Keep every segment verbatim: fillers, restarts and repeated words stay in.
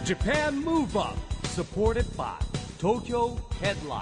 Japan Move Up supported by Tokyo Headline。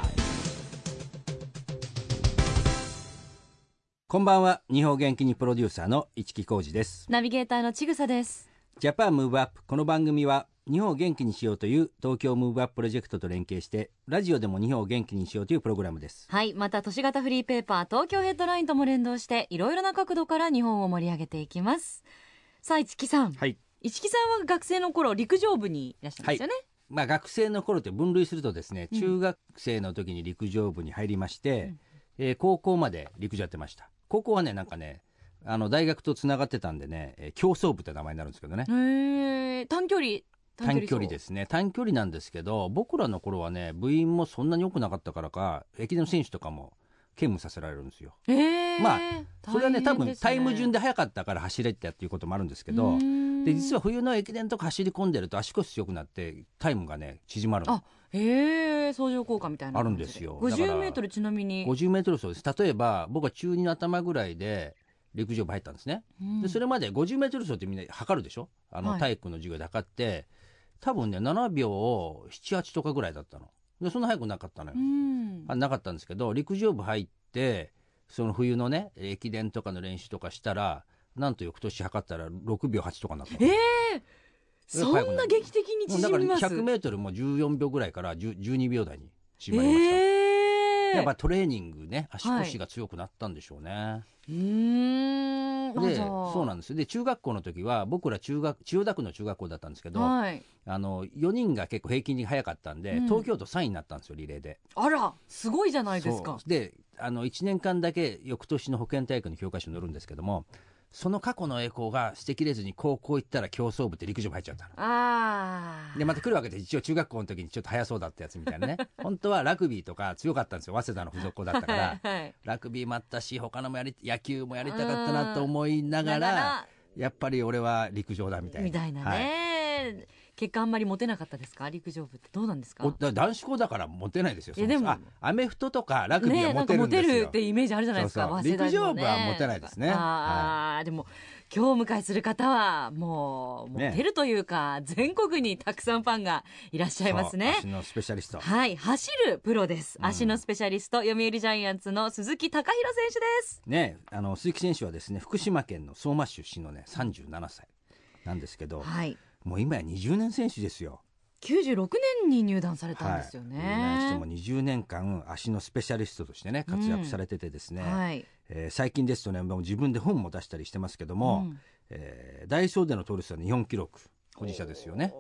こんばんは。日本元気にプロデューサーの市木浩司です。 ナビゲーターのちぐさです。 ジャパンムーブアップ。この番組は日本を元気にしようという東京ムーブアッププロジェクトと連携してラジオでも日本を元気にしようというプログラムです。 はい、また都市型フリーペーパー東京ヘッドラインとも連動していろいろな角度から日本を盛り上げていきます。さあ市木さん、 はい、 市木さんは学生の頃陸上部にいらっしゃるんですよね。 はい、まあ、学生の頃って分類するとですね、中学生の時に陸上部に入りまして、うんえー、高校まで陸上やってました。高校はねなんかねあの大学とつながってたんでね、えー、競走部って名前になるんですけどね。 へー、短距離短距離ですね。短距離なんですけど、僕らの頃はね部員もそんなに多くなかったからか駅伝の選手とかも兼務させられるんですよ。 えー、 まあそれはね多分タイム順でで速かったから走れってっていうこともあるんですけど、で実は冬の駅伝とか走り込んでると足腰強くなってタイムがね縮まるの。 あ、へえ、相乗効果みたいなあるんですよ。 ごじゅうメートルちなみにごじゅうメートル走です。例えば僕は中にの頭ぐらいで陸上部入ったんですね、うん、でそれまでごじゅうメートル走ってみんな測るでしょ。あの体育の授業で測って、はい、多分ねななびょうをななはちとかぐらいだったので、そんな速くなかったのよ、うん、あなかったんですけど、陸上部入ってその冬のね駅伝とかの練習とかしたらなんと翌年測ったらろくびょうはちとかになったの。 えー、そんな劇的に縮みます。 だからひゃくメートルもじゅうよんびょうぐらいからじゅうにびょう台に縮まりました、えー、やっぱトレーニングね足腰が強くなったんでしょうね、はい、うーんでそうなんですよ。で中学校の時は僕ら中学千代田区の中学校だったんですけど、はい、あのよにんが結構平均に速かったんで、うん、東京都さんいになったんですよリレーで。 あらすごいじゃないですか。 であのいちねんかんだけ翌年の保健体育の教科書に載るんですけども、その過去の栄光が捨てきれずに高校行ったら競走部って陸上部入っちゃったの。あでまた来るわけで、一応中学校の時にちょっと速そうだったやつみたいなね本当はラグビーとか強かったんですよ。早稲田の付属校だったから、はいはい、ラグビーもあったし他のもやり野球もやりたかったなと思いながら、やっぱり俺は陸上だみたいなみたいなね、はい、結果あんまりモテなかったですか陸上部って。どうなんですか。 男子校だからモテないですよ。 いやでもあアメフトとかラグビーはモテるんですよ、 ね、なんかモテるってイメージあるじゃないですか。 そうそう陸上部はモテないですね。 あ、はい、でも今日迎えする方はもうモテるというか、ね、全国にたくさんファンがいらっしゃいますね。 足のスペシャリスト、 はい、走るプロです、うん、足のスペシャリスト読売ジャイアンツの鈴木貴弘選手ですね。あの鈴木選手はですね福島県の相馬市出身のねさんじゅうななさいなんですけど、はい、もう今やにじゅうねん選手ですよ。 きゅうじゅうろくねんに入団されたんですよね、はい、入団してもにじゅうねんかん足のスペシャリストとしてね活躍されててですね、うんはいえー、最近ですとねもう自分で本も出したりしてますけども、うんえー、ダイソーでの盗塁数は日本記録保持者ですよね、うん、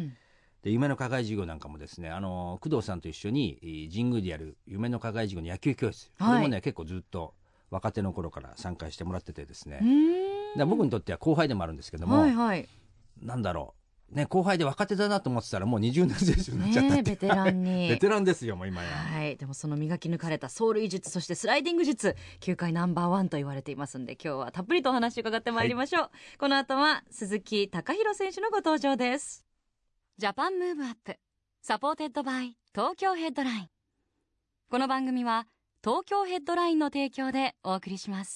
で夢の課外授業なんかもですねあの工藤さんと一緒に神宮でやる夢の課外授業の野球教室、はい、これもね結構ずっと若手の頃から参加してもらっててですね、で僕にとっては後輩でもあるんですけども、はいはい、なんだろうね、後輩で若手だなと思ってたらもうにじゅうねん選手になっちゃったって、ね、 ベテランにベテランですよもう今や、 はい、でもその磨き抜かれた走塁術そしてスライディング術球界ナンバーワンと言われていますんで今日はたっぷりとお話を伺ってまいりましょう、はい、この後は鈴木貴弘選手のご登場です。ジャパンムーブアップサポーテッドバイ東京ヘッドライン。この番組は東京ヘッドラインの提供でお送りします。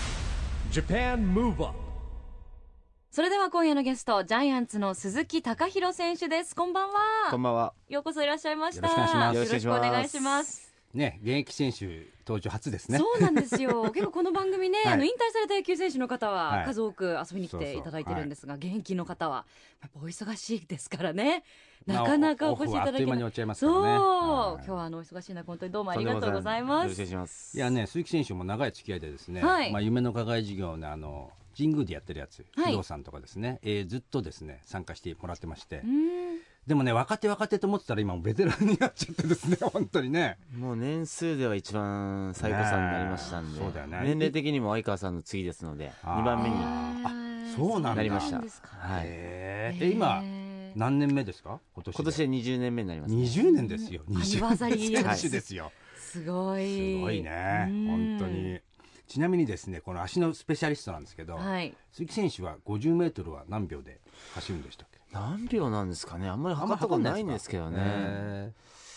Japan Move Up。 それでは今夜のゲストジャイアンツの鈴木貴弘選手です。こんばんは。 こんばんは。 ようこそいらっしゃいました。 よろしくお願いします。 よろしくお願いしますね、現役選手登場初ですね。 そうなんですよ結構この番組ね、はい、あの引退された野球選手の方は数多く遊びに来ていただいてるんですが、はい、現役の方はやっぱお忙しいですからねなかなかお越しいただけない。あっという間に終わっちゃいますからね。そう、はい、今日はあのお忙しい中本当にどうもありがとうございます。よろしくお願いします。 いやね鈴木選手も長い付き合いでですね、はいまあ、夢の課外授業のあの神宮でやってるやつ、はい、工藤さんとかですね、えー、ずっとですね参加してもらってまして、うんでもね若手若手と思ってたら今ベテランになっちゃってですね本当にねもう年数では一番最古さんになりましたんで、そうだよね、年齢的にも相川さんの次ですのでにばんめにあそうなんだなりました。 はい、 えー、今何年目ですか。今年で今年でにじゅうねんめになります、ね、 にじゅうねんですよ。 アニバーサリー選手ですよ。 すごいすごいね本当に。ちなみにですねこの足のスペシャリストなんですけど、はい、鈴木選手はごじゅうメートルは何秒で走るんでしたっけ。 何秒なんですかね。あんまり測ったことないんですけどね。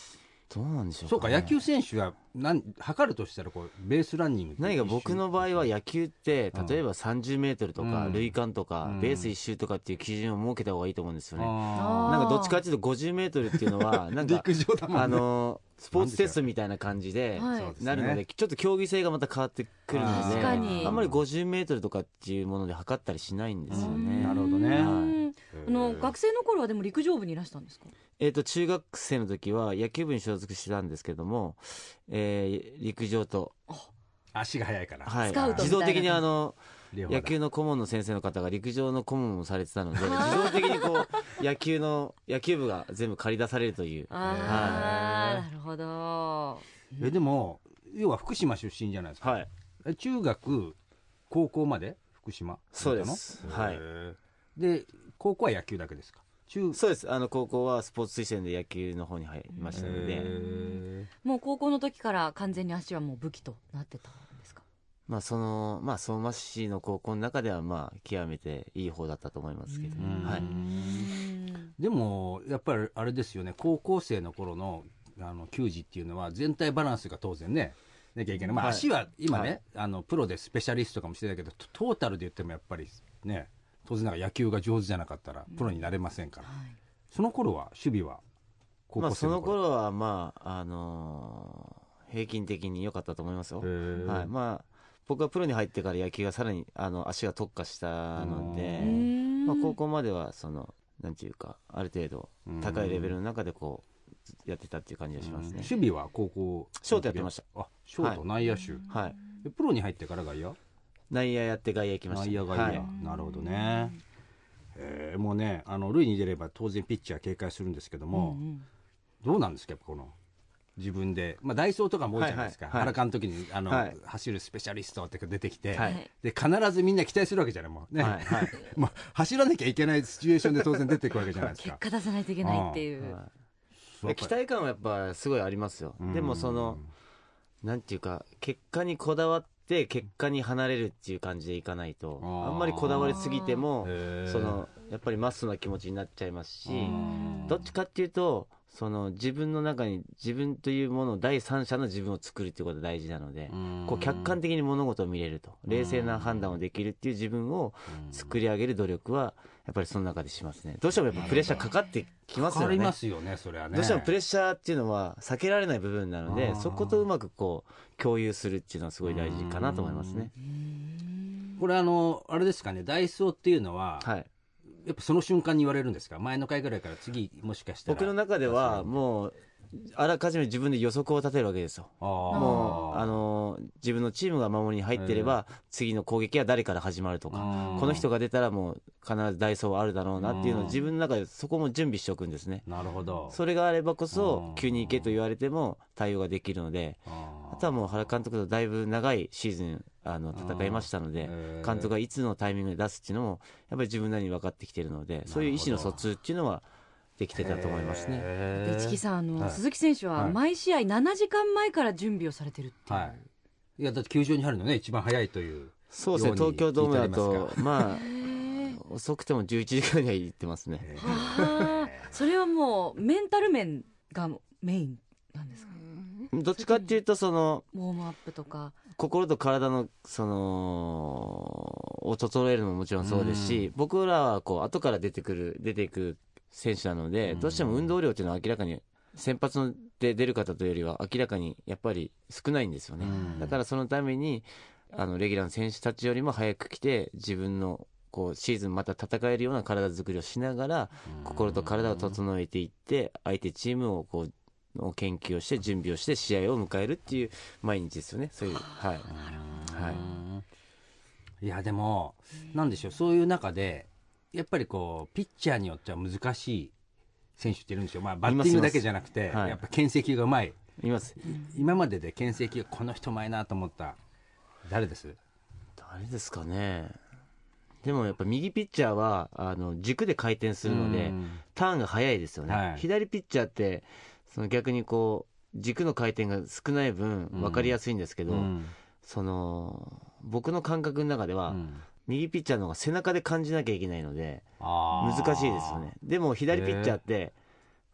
どうなんでしょうか、ね、 そうか、野球選手は何測るとしたらこうベースランニングって何か僕の場合は野球ってうん例えばさんじゅうメートルとかうん塁間とかうんベース一周とかっていう基準を設けた方がいいと思うんですよね。 あなんかどっちかっていうとごじゅうメートルっていうのはなんか陸上だもんねあのスポーツテストみたいな感じではいそうですねなるのでちょっと競技性がまた変わってくるので確かにあんまりごじゅうメートルとかっていうもので測ったりしないんですよね。 なるほどねうんあの学生の頃はでも陸上部にいらしたんですか？ えー、と中学生の時は野球部に所属してたんですけども、えー陸上と、 足が速いから、 はいスカウトみたいな自動的にあの両方だ野球の顧問の先生の方が陸上の顧問をされてたので自動的にこう野球の野球部が全部借り出されるという。 ああ、なるほど。 えでも要は福島出身じゃないですか、 はい、 え中学高校まで福島そうですだったのはいへーで高校は野球だけですか？中そうです。あの高校はスポーツ推薦で野球の方に入りましたので、 へもう高校の時から完全に足はもう武器となってたんですか？ まあそのまあ相馬市の高校の中ではまあ極めていい方だったと思いますけど、 うんはい、 うんでもやっぱりあれですよね、高校生の頃のあの球児っていうのは全体バランスが当然ねなきゃいけない、まあ、 はい足は今ね、 はい、 あのプロでスペシャリストかもしれないけどトトータルで言ってもやっぱりね当然なんか野球が上手じゃなかったらプロになれませんから、 はいその頃は守備は高まあその校生の頃、 頃はまああのー平均的に良かったと思いますよ。 へーはい、まあ僕はプロに入ってから野球がさらにあの足が特化したので、 うんまあ、高校まではそのなんていうかある程度高いレベルの中でこうやってたっていう感じがしますね。 守備は高校ショートやってました。 あショート、内野手、 はい、 えプロに入ってから外野内野やって外野行きました。 内野外野、 はいなるほどね、えーもうねあの塁に出れば当然ピッチャー警戒するんですけども、 うんうんどうなんですかやっぱこの自分で、まあ、ダイソーとかも多いじゃないですか、 はいはいはい原監督にあの、 はい走るスペシャリストって出てきて、 はいで必ずみんな期待するわけじゃないもうね、 はいはいまあ、走らなきゃいけないシチュエーションで当然出てくるわけじゃないです結か果出さないといけないっていう、 はいで期待感はやっぱすごいありますよ。でもそのなんていうか結果にこだわって結果に離れるっていう感じでいかないとあーあんまりこだわりすぎてもへーそのやっぱりマストな気持ちになっちゃいますしうんどっちかっていうとその自分の中に自分というものを第三者の自分を作るっていうことが大事なのでこう客観的に物事を見れると冷静な判断をできるっていう自分を作り上げる努力はやっぱりその中でしますね。どうしてもやっぱプレッシャーかかってきますかかりよね。 ますよねそれはね。 どうしてもプレッシャーっていうのは避けられない部分なのであーそことうまくこう共有するっていうのはすごい大事かなと思いますね。 これあのあれですかね、ダイソーっていうのは、 はい、 やっぱその瞬間に言われるんですか？前の回ぐらいから次もしかしたら僕の中ではもうあらかじめ自分で予測を立てるわけですよ。 あーもうあの自分のチームが守りに入ってれば次の攻撃は誰から始まるとかこの人が出たらもう必ずダイソーはあるだろうなっていうのを自分の中でそこも準備しておくんですね。 なるほど。 それがあればこうんそ急に行けと言われても対応ができるのでああとはもう原監督とだいぶ長いシーズンあの戦いましたのでへー監督がいつのタイミングで出すっていうのもやっぱり自分なりに分かってきているのでそういう意思の疎通っていうのはできてたと思いますね。 へーでチキさんあの、 はい鈴木選手は毎試合ななじかんまえから準備をされてるっていう、 はい。いやだって球場に入るのね一番早いという。 そうですね、東京ドームだとまへーあ遅くてもじゅういちじかんには行ってますね。 はあそれはもうメンタル面がメインなんですか？ どっちかっていうとそのウォームアップとか心と体のそのを整えるのももちろんそうですし、僕らはこう後から出てくる出ていく選手なので、どうしても運動量っていうのは明らかに先発ので出る方というよりは明らかにやっぱり少ないんですよね。だからそのためにあのレギュラーの選手たちよりも早く来て自分のこうシーズンまた戦えるような体作りをしながら心と体を整えていって相手チームをこうの研究をして準備をして試合を迎えるっていう毎日ですよね。そういうはいはいいやでもなんでしょう、そういう中でやっぱりこうピッチャーによっては難しい選手っているんですよ。まあバッティングだけじゃなくて、 はいやっぱ牽制球がうまい。 います。 今までで牽制球この人うまいなと思った誰です？ 誰ですかね。でもやっぱ右ピッチャーはあの軸で回転するのでうんターンが速いですよね、 はい左ピッチャーってその逆にこう軸の回転が少ない分分かりやすいんですけど、 うんその僕の感覚の中では、 うん右ピッチャーの方が背中で感じなきゃいけないのであー難しいですよね。でも左ピッチャーって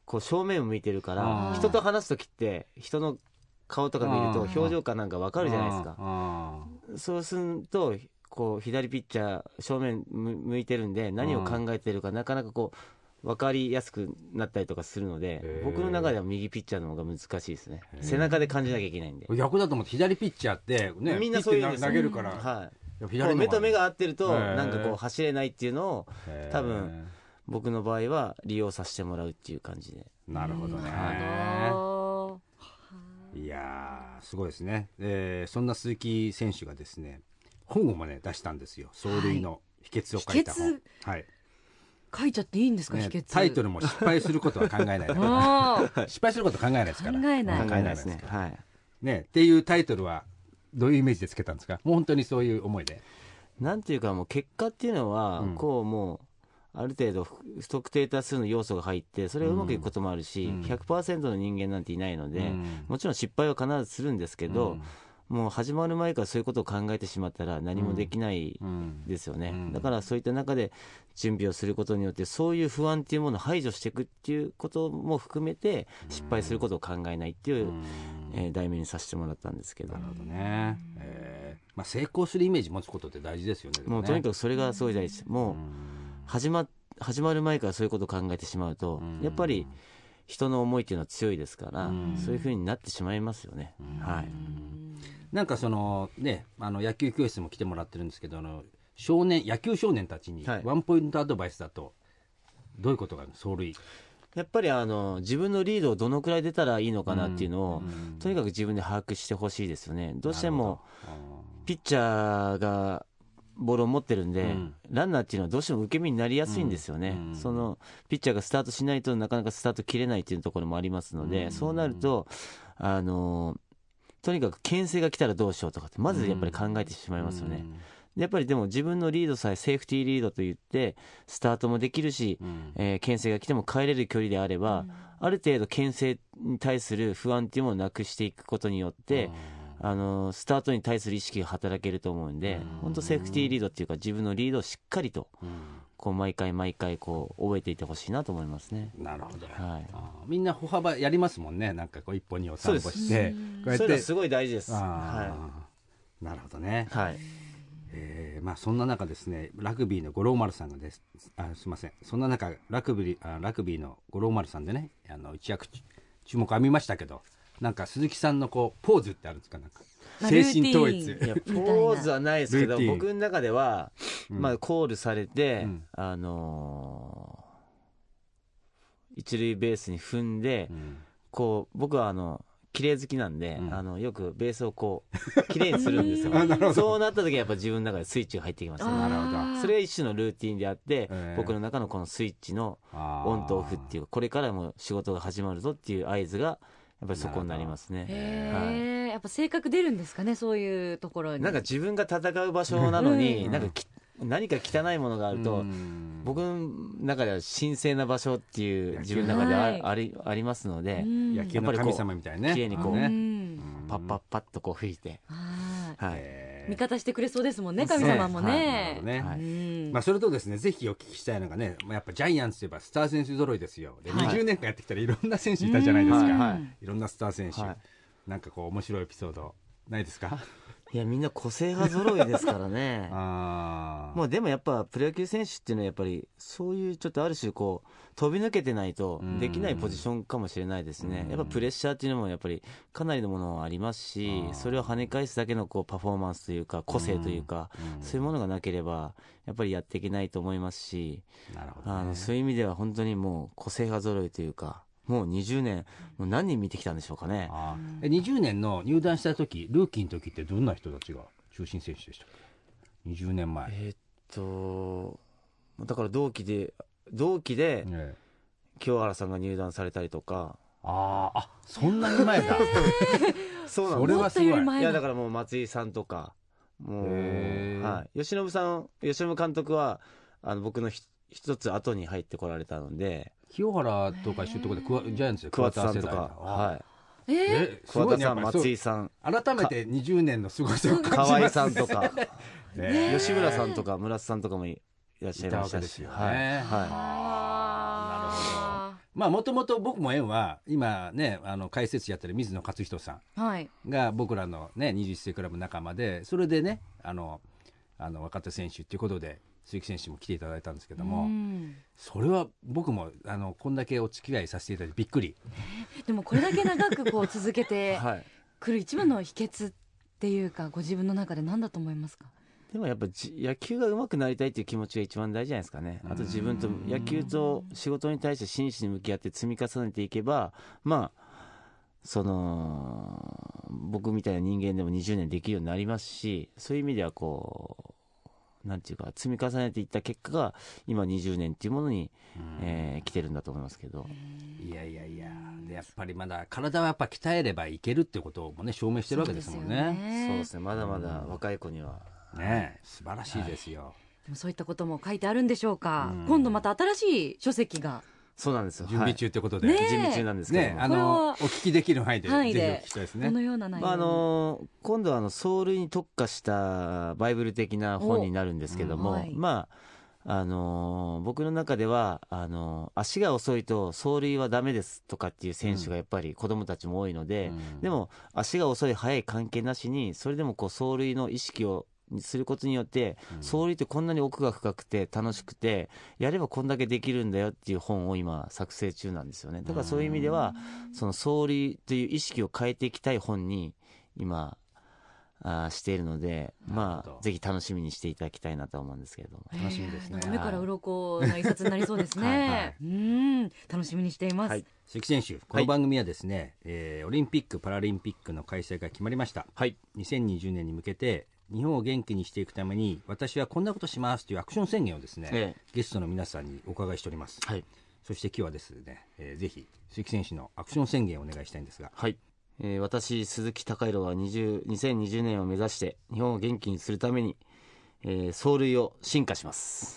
こう正面を向いてるから人と話す時って人の顔とか見ると表情かなんか分かるじゃないですか。そうするとこう左ピッチャー正面向いてるんで何を考えてるかなかなかこう分かりやすくなったりとかするので、僕の中では右ピッチャーの方が難しいですね。背中で感じなきゃいけないんで。 逆だと思って左ピッチャーってね、 みんなそういうんですよ投げるから、 はい、 左目と目が合ってるとなんかこう走れないっていうのを多分僕の場合は利用させてもらうっていう感じで。 なるほどね。いやーすごいですね、えー、そんな鈴木選手がですね本をもね出したんですよ。走塁の秘訣を書いた本、はい、 書いちゃっていいんですか、 ね、 秘訣。 タイトルも失敗することは考えない失敗することは考えないですから。 考えない考えないですね、はい、ねっていうタイトルはどういうイメージでつけたんですか。もう本当にそういう思いで。 なんていうかもう結果っていうのは、うん、こうもうある程度不特定多数の要素が入ってそれがうまくいくこともあるし、うん、ひゃくパーセント の人間なんていないので、うん、もちろん失敗は必ずするんですけど、うん、もう始まる前からそういうことを考えてしまったら何もできないですよね、うんうん、だからそういった中で準備をすることによってそういう不安っていうものを排除していくっていうことも含めて失敗することを考えないっていう、うんえー、題名にさせてもらったんですけど。 なるほどね、えーまあ、成功するイメージ持つことって大事ですよ ね, もうとにかくそれがすごい大事です。もう始ま始まる前からそういうことを考えてしまうと、うん、やっぱり人の思いっていうのは強いですから、うん、そういうふうになってしまいますよね、うんはい、 なんかそのねあの野球教室も来てもらってるんですけど、あの少年野球少年たちにワンポイントアドバイスだとどういうことがあるの。走塁やっぱりあの自分のリードをどのくらい出たらいいのかなっていうのを、うん、とにかく自分で把握してほしいですよね。どうしてもピッチャーがボールを持ってるんで、うん、ランナーっていうのはどうしても受け身になりやすいんですよね、うん、そのピッチャーがスタートしないとなかなかスタート切れないっていうところもありますので、うん、そうなるとあのとにかく牽制が来たらどうしようとかってまずやっぱり考えてしまいますよね、うんでやっぱりでも自分のリードさえセーフティーリードといってスタートもできるし、うんえー、牽制が来ても帰れる距離であれば、うん、ある程度牽制に対する不安っていうものをなくしていくことによって、うん、あのスタートに対する意識が働けると思うんで、うん、本当セーフティーリードっていうか自分のリードをしっかりと、うん、こう毎回毎回こう覚えていてほしいなと思いますね。 なるほど、 はい、 あみんな歩幅やりますもんね。なんかこう一歩二歩三歩してこうやってそれはすごい大事です。 はい、なるほどね。 はいえーまあ、そんな中ですねラグビーの五郎丸さんがですあすいませんそんな中ラグビーあラグビーの五郎丸さんでねあの一躍注目を浴びましたけど、なんか鈴木さんのこうポーズってあるんですか。なんか精神統一。いやポーズはないですけど僕の中では、うんまあ、コールされて、うん、あのー、一塁ベースに踏んで、うん、こう僕はあの綺麗好きなんで、うん、あのよくベースをこう綺麗にするんですよそうなった時はやっぱ自分の中でスイッチが入ってきますね。 なるほど。 それが一種のルーティンであって、えー、僕の中のこのスイッチのオンとオフっていうこれからも仕事が始まるぞっていう合図がやっぱりそこになりますね。 へー、はい、やっぱ性格出るんですかね、そういうところに。 なんか自分が戦う場所なのに、うん、なんかき何か汚いものがあると、うん、僕の中では神聖な場所っていう自分の中で あ,、はい、あ, りありますので、 野球の神様みたいね、 綺麗にこう、ね、パッパッパッとこう吹いて、 はい、味方してくれそうですもんね、神様もね。 はいはい、まあ、それとですねぜひお聞きしたいのがね、やっぱジャイアンツといえばスター選手揃いですよ。で、はい、にじゅうねんかんやってきたらいろんな選手いたじゃないですか、はい、いろんなスター選手、はい、なんかこう面白いエピソードないですか。 いやみんな個性派揃いですからねあもうでもやっぱプロ野球選手っていうのはやっぱりそういうちょっとある種こう飛び抜けてないとできないポジションかもしれないですね。やっぱプレッシャーっていうのもやっぱりかなりのものありますし、それを跳ね返すだけのこうパフォーマンスというか個性というかそういうものがなければやっぱりやっていけないと思いますし、 なるほどね、 あのそういう意味では本当にもう個性派揃いというかもうにじゅうねんもう何人見てきたんでしょうかね。 あえにじゅうねんの入団した時ルーキーの時ってどんな人たちが中心選手でしたっけ。にじゅうねんまええー、っとだから同期で同期で、ね、清原さんが入団されたりとか。 ああそんなに前だそうなんです。 それはすごい。 いやだからもう松井さんとかもう、はい、由伸さん由伸監督はあの僕の一つ後に入ってこられたので、 清原とか一緒のところでジャイアンツで桑田さんとか、はい、 えー、桑田さん、松井さん、 改めてにじゅうねんのすごさを感じます。 河合さんとか、ね、吉村さんとか村瀬さんとかもいらっしゃいましたし、 いたわけですよね。はい、はい、あなるほど。 まあもともと僕も縁は今ねあの解説やってる水野勝人さんが僕らのねにじゅういっせいクラブ仲間で、それでねあのあの若手選手っていうことで鈴木選手も来ていただいたんですけども、それは僕もあのこんだけお付き合いさせていただいてびっくり、 えー、でもこれだけ長くこう続けてくる一番の秘訣っていうかご自分の中で何だと思いますか？ でもやっぱ野球が上手くなりたいっていう気持ちが一番大事じゃないですかね。あと自分と野球と仕事に対して真摯に向き合って積み重ねていけば、まあその僕みたいな人間でもにじゅうねんできるようになりますし、そういう意味ではこうなんていうか積み重ねていった結果が今にじゅうねんっていうものに、えー、来てるんだと思いますけど。 いやいやいや、でやっぱりまだ体はやっぱ鍛えればいけるってこともね証明してるわけですもんね。 そうですね、まだまだ若い子にはね、素晴らしいですよ、はい、 でもそういったことも書いてあるんでしょうか。うん、今度また新しい書籍がそうなんですよ、 準備中ってことで、 はい、 準備中なんですけど、ね、 あのお聞きできる範囲で範囲でぜひお聞きしたいですね。 どのような内容、 まあ、あの今度はあの走塁に特化したバイブル的な本になるんですけども、うんはい、まああのー、僕の中ではあのー、足が遅いと走塁はダメですとかっていう選手がやっぱり子どもたちも多いので、うん、でも足が遅い速い関係なしにそれでもこう走塁の意識をすることによって、うん、走塁ってこんなに奥が深くて楽しくてやればこんだけできるんだよっていう本を今作成中なんですよね。だからそういう意味ではその走塁という意識を変えていきたい本に今あしているので、まあぜひ楽しみにしていただきたいなと思うんですけれども。 楽しみですね。 目から鱗な一冊になりそうですね。はいはい、うん楽しみにしています。はい、 鈴木選手、この番組はですね、はい、えー、オリンピック・パラリンピックの開催が決まりました。はい、にせんにじゅうねんに向けて日本を元気にしていくために私はこんなことしますというアクション宣言をですね、ええ、ゲストの皆さんにお伺いしております。はい、そして今日はですね、えー、ぜひ鈴木選手のアクション宣言をお願いしたいんですが。 はい、えー、私鈴木貴弘はにせんにじゅうねんを目指して日本を元気にするために、えー、走塁を進化します。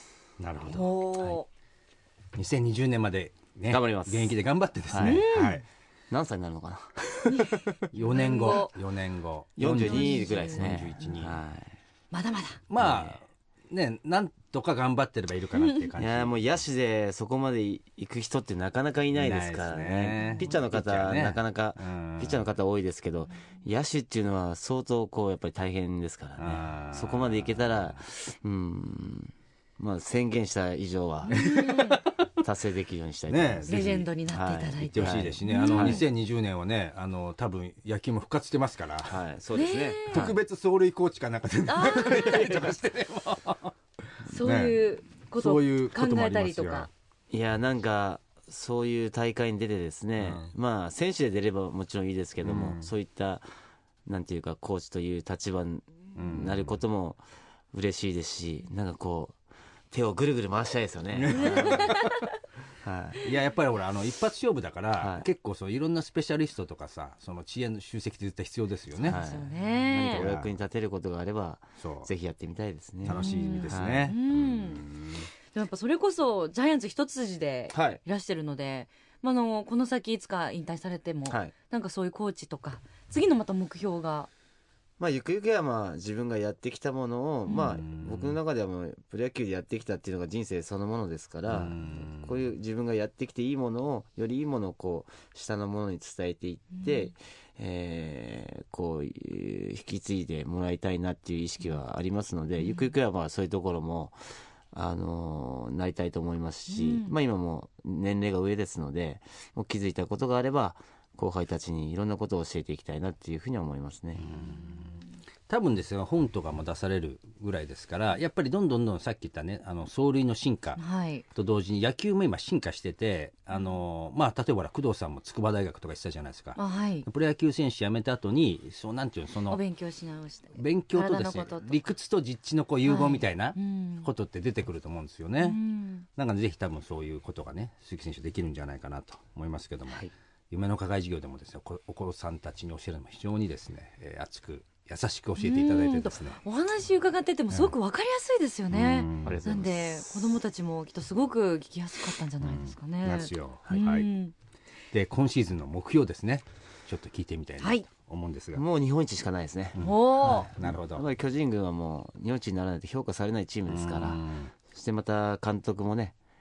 なるほど、はい、にせんにじゅうねんまで、ね、 頑張ります。 現役で頑張ってですね、はいはい、 何歳になるのかなよねんごよねんごよんじゅうにぐらいですね。 よんじゅういち、に、はい、 まだまだまあね、なんとか頑張ってればいるかなっていう感じ。 いやもう野手でそこまで行く人ってなかなかいないですから ね, ねピッチャーの方、ね、なかなかピッチャーの方多いですけど、野手っていうのは相当こうやっぱり大変ですからね。そこまで行けたらうんまあ宣言した以上は達成できるようにしたいと思います。 ね、レジェンドになっていただいて、はい、 行ってほしいですしね。あのにせんにじゅうねんはね、あの多分野球も復活してますから、 はい、そうですね。 特別走塁コーチかなんかで行ったりとかしてね、 そういうことを考えたりとか。 いやなんかそういう大会に出てですね、うん、まあ選手で出ればもちろんいいですけども、うん、そういったなんていうかコーチという立場になることも嬉しいですし、なんかこう手をぐるぐる回したいですよね。 はい、いややっぱりほらあの一発勝負だから、はい、結構そういろんなスペシャリストとかさその知恵の集積って絶対必要ですよね。 そうですよね。 何かお役に立てることがあればぜひやってみたいですね。 楽しみですね。はい、 うんでもやっぱそれこそジャイアンツ一筋でいらしてるので、はいまあ、のこの先いつか引退されても、はい、なんかそういうコーチとか次のまた目標がまあ、ゆくゆくはまあ自分がやってきたものを、まあ、僕の中ではもうプロ野球でやってきたっていうのが人生そのものですから、こういう自分がやってきていいものをよりいいものをこう下のものに伝えていって、えー、こう引き継いでもらいたいなっていう意識はありますので、ゆくゆくはまあそういうところもあのなりたいと思いますし、まあ、今も年齢が上ですのでもう気づいたことがあれば後輩たちにいろんなことを教えていきたいなっていうふうには思いますね。 多分ですが本とかも出されるぐらいですからやっぱりどんどんどんさっき言ったねあの走塁の進化と同時に野球も今進化しててあの、まあ、例えば工藤さんも筑波大学とか言ってたじゃないですか。はい、プロ野球選手辞めた後にそうなんていうのそのお勉強し直して勉強とですね理屈と実地のこう融合みたいなことって出てくると思うんですよね。はい、なんかぜひ多分そういうことがね鈴木選手できるんじゃないかなと思いますけども、はい、夢の課外授業でもですねお子さんたちに教えるのも非常にですね、えー、熱く優しく教えていただいてですねお話伺っててもすごく分かりやすいですよね。うんなんで子どもたちもきっとすごく聞きやすかったんじゃないですかね。 うん、ですよ、はいはい、で今シーズンの目標ですねちょっと聞いてみたいなと思うんですが、 はい、もう日本一しかないですね。 うんおなるほど。 やっぱり巨人軍はもう日本一にならないと評価されないチームですからそしてまた監督もね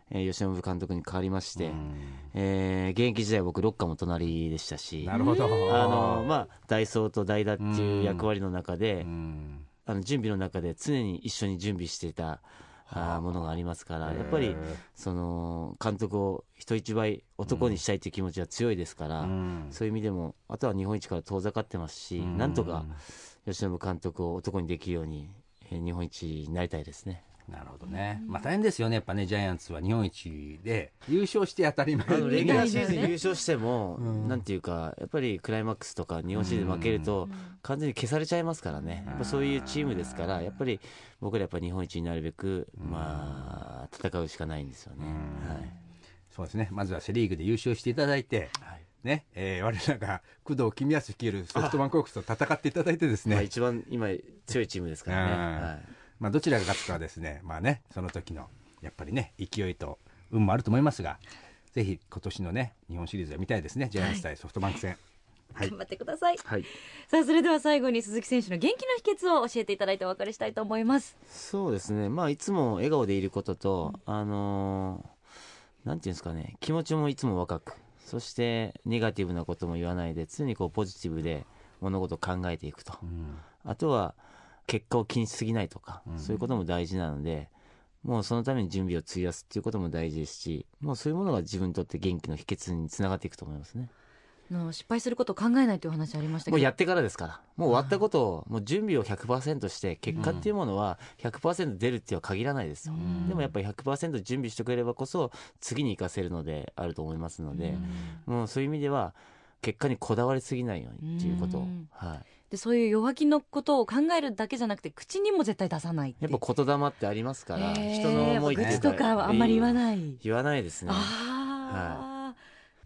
えー、由伸監督に変わりまして、えー、現役時代僕ロッカーも隣でしたし、 なるほど、 あの、まあ、代走と代打っていう役割の中で、あの準備の中で常に一緒に準備していたあものがありますから、やっぱりその監督を人一倍男にしたいという気持ちは強いですから、そういう意味でもあとは日本一から遠ざかってますし、なんとか由伸監督を男にできるように、えー、日本一になりたいですね。 なるほどね、まあ、大変ですよねやっぱね。ジャイアンツは日本一で優勝して当たり前あのレギュラーシーズン優勝しても、うん、なんていうかやっぱりクライマックスとか日本シリーズ負けると完全に消されちゃいますからね。やっぱそういうチームですからやっぱり僕らやっぱ日本一になるべく、まあ、戦うしかないんですよね、はい、 そうですね。まずはセリーグで優勝していただいて、はいねえー、我らが工藤公康率いるソフトバンクホークスと戦っていただいてですね、 まあ、一番今強いチームですからね、はい、 まあ、どちらが勝つかはですね、まあね、その時のやっぱりね勢いと運もあると思いますが、ぜひ今年のね日本シリーズは見たいですね。ジャイアンツ対ソフトバンク戦、 はい、頑張ってください、 はい、 さあそれでは最後に鈴木選手の元気の秘訣を教えていただいてお別れしたいと思います。 そうですね、まあ、いつも笑顔でいることと、うん、あのー、なんていうんですかね、気持ちもいつも若く、そしてネガティブなことも言わないで常にこうポジティブで物事を考えていくと、うん、あとは結果を気にしすぎないとか、うん、そういうことも大事なので、もうそのために準備を費やすっていうことも大事ですし、もうそういうものが自分にとって元気の秘訣につながっていくと思いますね。 の失敗することを考えないという話ありましたけど、 もうやってからですから、もう終わったことをもう準備を ひゃくパーセント して結果っていうものは ひゃくパーセント 出るっては限らないですよ、うん、でもやっぱり ひゃくパーセント 準備してくれればこそ次に生かせるのであると思いますので、うん、もうそういう意味では結果にこだわりすぎないようにっていうことを、うん、はい、 でそういう弱気のことを考えるだけじゃなくて口にも絶対出さないってやっぱ言霊ってありますから、人の思いって愚痴とかはあんまり言わない言わないですね。あ、はい、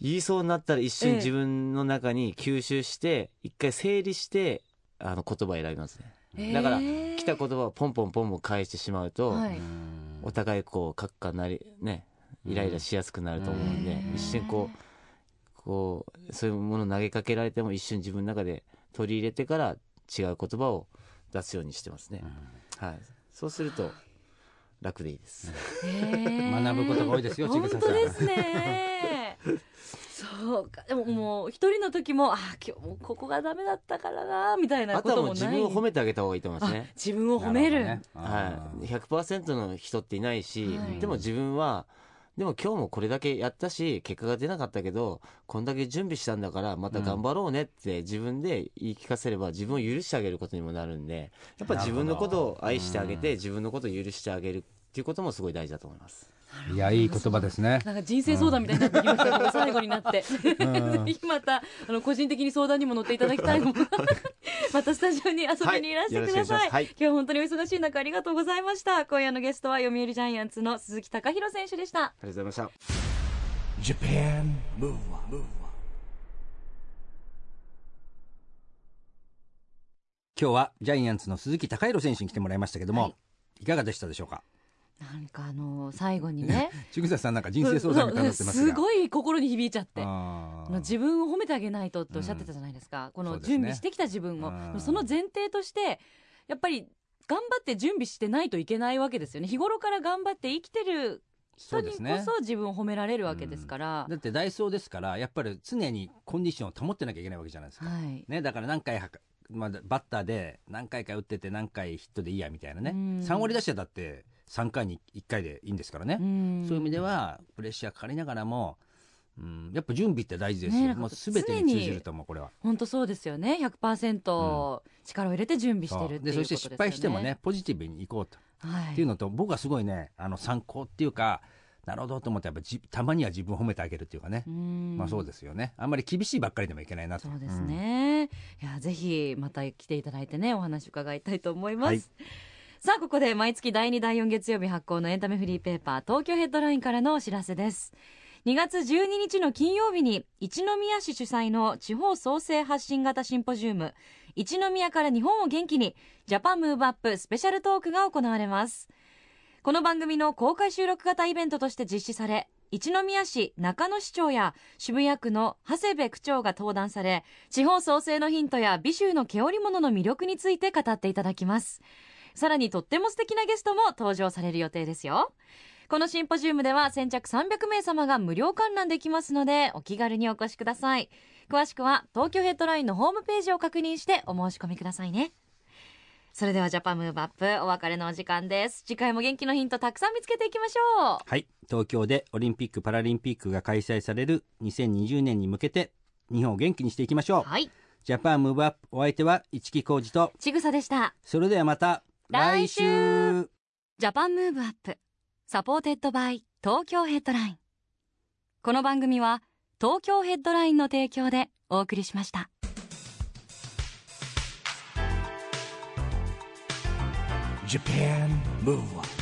言いそうになったら一瞬自分の中に吸収して一回整理してあの言葉を選びますね。だから来た言葉をポンポンポンポン返してしまうと、はい、お互いこうカッカなりねイライラしやすくなると思うんで、一瞬こうこうそういうものを投げかけられても一瞬自分の中で取り入れてから違う言葉を出すようにしてますね、うん、はい、そうすると楽でいいです、 学ぶことが多いですよ。 本当ですねそうか。でももう一人の時もあ今日もここがダメだったからなみたいなこともない。 あとはもう自分を褒めてあげた方がいいと思いますね。 自分を褒める、 ね、 はい、ひゃくパーセント の人っていないし、はい、でも自分はでも今日もこれだけやったし結果が出なかったけどこんだけ準備したんだからまた頑張ろうねって自分で言い聞かせれば自分を許してあげることにもなるんで、やっぱ自分のことを愛してあげて自分のことを許してあげるっていうこともすごい大事だと思います。 いやいい言葉ですね。 なんか人生相談みたいになってきましたけど、最後になってぜひまたあの個人的に相談にも乗っていただきたいのまたスタジオに遊びにいらしてください、はい、今日は本当にお忙しい中ありがとうございました。今夜のゲストは読売ジャイアンツの鈴木貴弘選手でした。 ありがとうございました。 Japan Move Up。 今日はジャイアンツの鈴木貴弘選手に来てもらいましたけども、はい、いかがでしたでしょうか。 なんかあの最後にね千草さんなんか人生相談みたいになってますがすごい心に響いちゃって、あの自分を褒めてあげないとっておっしゃってたじゃないですか、うん、この準備してきた自分を そ,、ね、その前提としてやっぱり頑張って準備してないといけないわけですよね。日頃から頑張って生きてる人にこそ自分を褒められるわけですから、 うん、だって代走ですからやっぱり常にコンディションを保ってなきゃいけないわけじゃないですか、はいね、だから何回まあ、バッターで何回か打ってて何回ヒットでいいやみたいなね、うん、さん割出してだってさんかいにいっかいでいいんですからね、うん、そういう意味ではプレッシャーかかりながらも、うん、やっぱ準備って大事ですよ、ね、もう全てに通じると思う。これは本当そうですよね。 ひゃくパーセント 力を入れて準備してるっていうことですよね。 でそして失敗してもねポジティブにいこうと、はい、っていうのと僕はすごいねあの参考っていうかなるほどと思ってやっぱじたまには自分を褒めてあげるっていうかね、うんまあそうですよね。あんまり厳しいばっかりでもいけないなと。 そうですね、うん、いやぜひまた来ていただいてねお話伺いたいと思います、はい、さあここで毎月だいにだいよん月曜日発行のエンタメフリーペーパー東京ヘッドラインからのお知らせです。にがつじゅうににちの金曜日に一宮市主催の地方創生発信型シンポジウム一宮から日本を元気にジャパンムーブアップスペシャルトークが行われます。この番組の公開収録型イベントとして実施され、一宮市中野市長や渋谷区の長谷部区長が登壇され、地方創生のヒントや美州の毛織物の魅力について語っていただきます。さらにとっても素敵なゲストも登場される予定ですよ。 このシンポジウムでは先着さんびゃくめい様が無料観覧できますので、お気軽にお越しください。詳しくは東京ヘッドラインのホームページを確認してお申し込みくださいね。それではジャパンムーブアップ、お別れのお時間です。次回も元気のヒントたくさん見つけていきましょう。 はい、東京でオリンピック・パラリンピックが開催されるにせんにじゅうねんに向けて日本を元気にしていきましょう。 はい、 ジャパンムーブアップ、お相手は市木浩二とちぐさでした。 それではまた来週。 ジャパンムーブアップ、サポーテッドバイ東京ヘッドライン。この番組は東京ヘッドラインの提供でお送りしました。 Japan Move Up